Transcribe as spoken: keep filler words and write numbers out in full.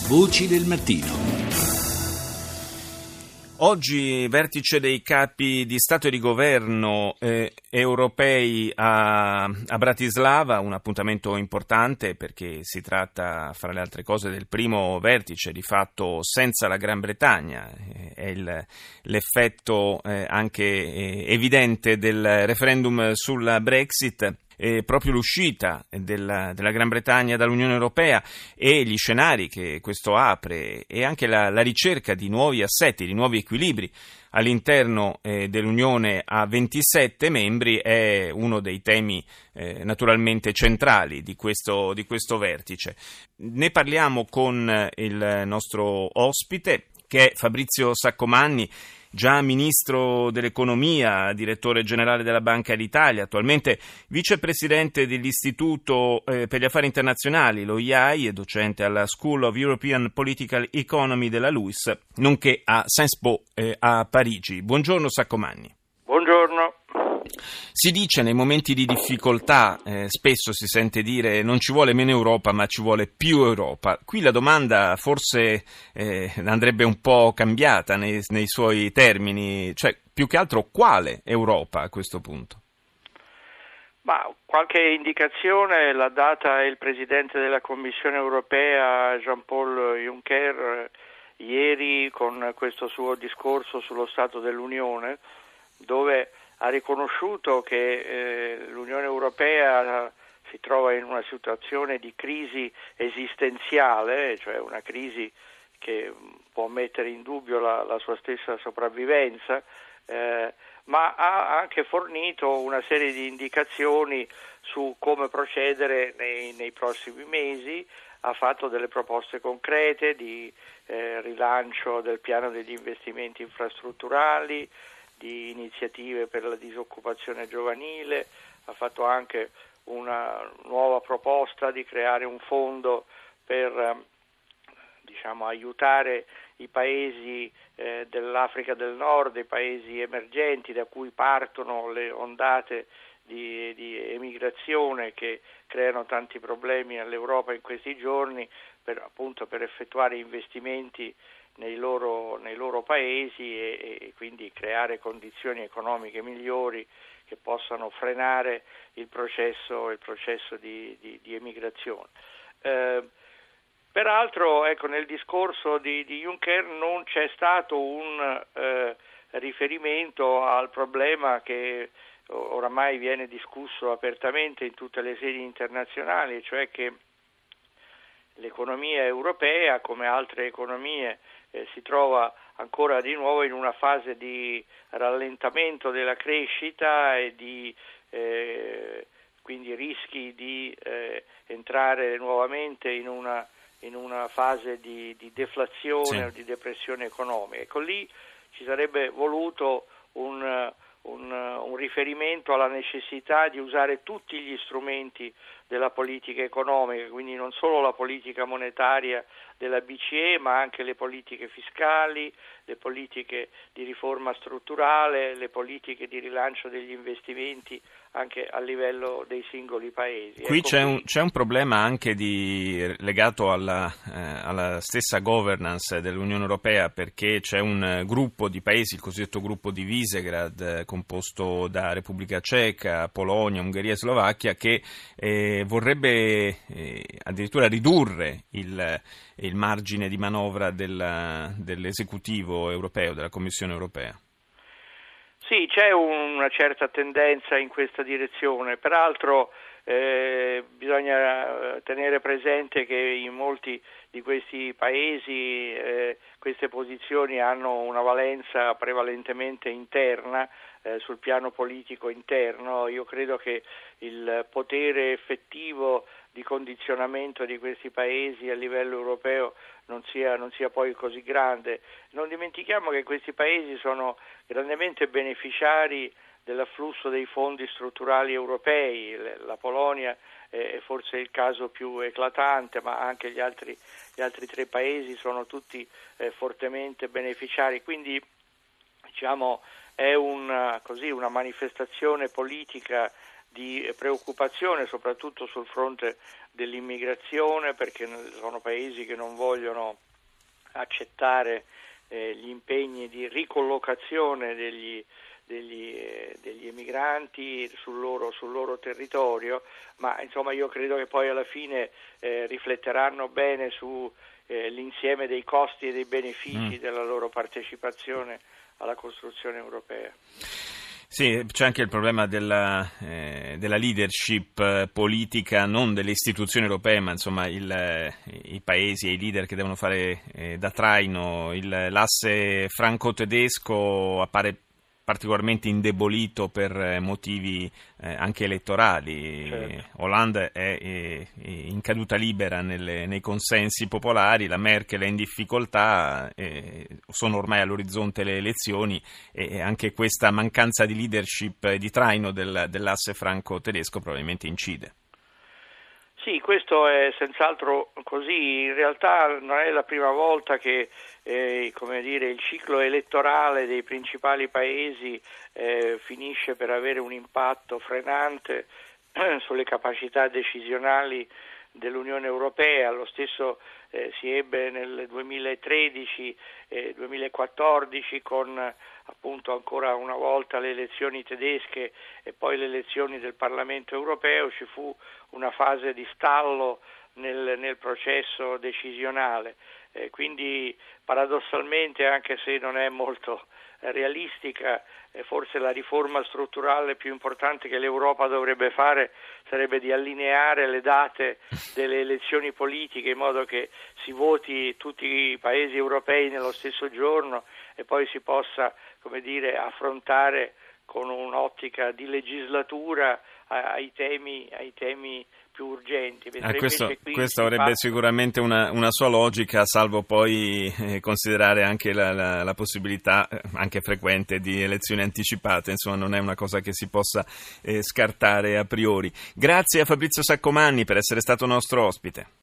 Voci del mattino. Oggi vertice dei capi di Stato e di Governo eh, europei a, a Bratislava, un appuntamento importante perché si tratta, fra le altre cose, del primo vertice di fatto senza la Gran Bretagna. Eh, è il, l'effetto eh, anche eh, evidente del referendum sulla Brexit. Eh, proprio l'uscita della, della Gran Bretagna dall'Unione Europea e gli scenari che questo apre e anche la, la ricerca di nuovi assetti, di nuovi equilibri all'interno eh, dell'Unione a ventisette membri è uno dei temi eh, naturalmente centrali di questo, di questo vertice. Ne parliamo con il nostro ospite, che è Fabrizio Saccomanni, già ministro dell'economia, direttore generale della Banca d'Italia, attualmente vicepresidente dell'Istituto eh, per gli affari internazionali, lo I A I, e docente alla School of European Political Economy della L U I S, nonché a Sciences Po eh, a Parigi. Buongiorno Saccomanni. Buongiorno. Si dice nei momenti di difficoltà, eh, spesso si sente dire non ci vuole meno Europa ma ci vuole più Europa. Qui la domanda forse eh, andrebbe un po' cambiata nei, nei suoi termini, cioè più che altro quale Europa a questo punto? Ma qualche indicazione l'ha data il Presidente della Commissione Europea Jean-Paul Juncker ieri con questo suo discorso sullo Stato dell'Unione, dove ha riconosciuto che eh, l'Unione Europea si trova in una situazione di crisi esistenziale, cioè una crisi che può mettere in dubbio la, la sua stessa sopravvivenza, eh, ma ha anche fornito una serie di indicazioni su come procedere nei, nei prossimi mesi. Ha fatto delle proposte concrete di eh, rilancio del piano degli investimenti infrastrutturali, di iniziative per la disoccupazione giovanile, ha fatto anche una nuova proposta di creare un fondo per diciamo aiutare i paesi eh, dell'Africa del Nord, i paesi emergenti da cui partono le ondate di, di emigrazione che creano tanti problemi all'Europa in questi giorni, per appunto per effettuare investimenti nei loro, nei loro paesi e, e quindi creare condizioni economiche migliori che possano frenare il processo, il processo di, di, di emigrazione. Eh, peraltro, ecco, nel discorso di, di Juncker non c'è stato un eh, riferimento al problema che oramai viene discusso apertamente in tutte le sedi internazionali, cioè che l'economia europea, come altre economie, eh, si trova ancora di nuovo in una fase di rallentamento della crescita e di eh, quindi rischi di eh, entrare nuovamente in una, in una fase di, di deflazione sì. o di depressione economica. Ecco, lì ci sarebbe voluto un, un, un riferimento alla necessità di usare tutti gli strumenti della politica economica, quindi non solo la politica monetaria della B C E, ma anche le politiche fiscali, le politiche di riforma strutturale, le politiche di rilancio degli investimenti anche a livello dei singoli paesi. Qui ecco c'è, qui. Un, c'è un problema anche di, legato alla, eh, alla stessa governance dell'Unione Europea, perché c'è un gruppo di paesi, il cosiddetto gruppo di Visegrad, eh, composto da Repubblica Ceca, Polonia, Ungheria e Slovacchia, che eh, vorrebbe eh, addirittura ridurre il, il margine di manovra del, dell'esecutivo europeo, della Commissione Europea. Sì, c'è una certa tendenza in questa direzione, peraltro eh, bisogna tenere presente che in molti di questi paesi eh, queste posizioni hanno una valenza prevalentemente interna, eh, sul piano politico interno. Io credo che il potere effettivo di condizionamento di questi paesi a livello europeo non sia, non sia poi così grande. Non dimentichiamo che questi paesi sono grandemente beneficiari dell'afflusso dei fondi strutturali europei. La Polonia è forse il caso più eclatante, ma anche gli altri, gli altri tre paesi sono tutti eh, fortemente beneficiari. Quindi diciamo è una, così, una manifestazione politica di preoccupazione, soprattutto sul fronte dell'immigrazione, perché sono paesi che non vogliono accettare eh, gli impegni di ricollocazione degli, degli, eh, degli emigranti sul loro, sul loro territorio, ma insomma io credo che poi alla fine eh, rifletteranno bene su eh, l'insieme dei costi e dei benefici mm. della loro partecipazione alla costruzione europea. Sì, c'è anche il problema della, eh, della leadership eh, politica, non delle istituzioni europee, ma insomma il, eh, i paesi e i leader che devono fare eh, da traino. Il, l'asse franco-tedesco appare particolarmente indebolito per motivi eh, anche elettorali. Certo. Hollande è, è, è in caduta libera nelle, nei consensi popolari, la Merkel è in difficoltà, eh, sono ormai all'orizzonte le elezioni e anche questa mancanza di leadership e di traino del, dell'asse franco-tedesco probabilmente incide. Sì, questo è senz'altro così. In realtà non è la prima volta che eh, come dire, il ciclo elettorale dei principali paesi eh, finisce per avere un impatto frenante eh, sulle capacità decisionali dell'Unione Europea. Lo stesso eh, si ebbe nel duemilatredici e duemilaquattordici con appunto ancora una volta le elezioni tedesche e poi le elezioni del Parlamento Europeo. Ci fu una fase di stallo nel, nel processo decisionale, eh, quindi paradossalmente, anche se non è molto eh, realistica, eh, forse la riforma strutturale più importante che l'Europa dovrebbe fare sarebbe di allineare le date delle elezioni politiche in modo che si voti tutti i paesi europei nello stesso giorno e poi si possa, come dire, affrontare con un'ottica di legislatura ai temi, ai temi più urgenti. Ah, questo questo avrebbe fa... sicuramente una, una sua logica, salvo poi eh, considerare anche la, la, la possibilità, eh, anche frequente, di elezioni anticipate. Insomma, non è una cosa che si possa eh, scartare a priori. Grazie a Fabrizio Saccomanni per essere stato nostro ospite.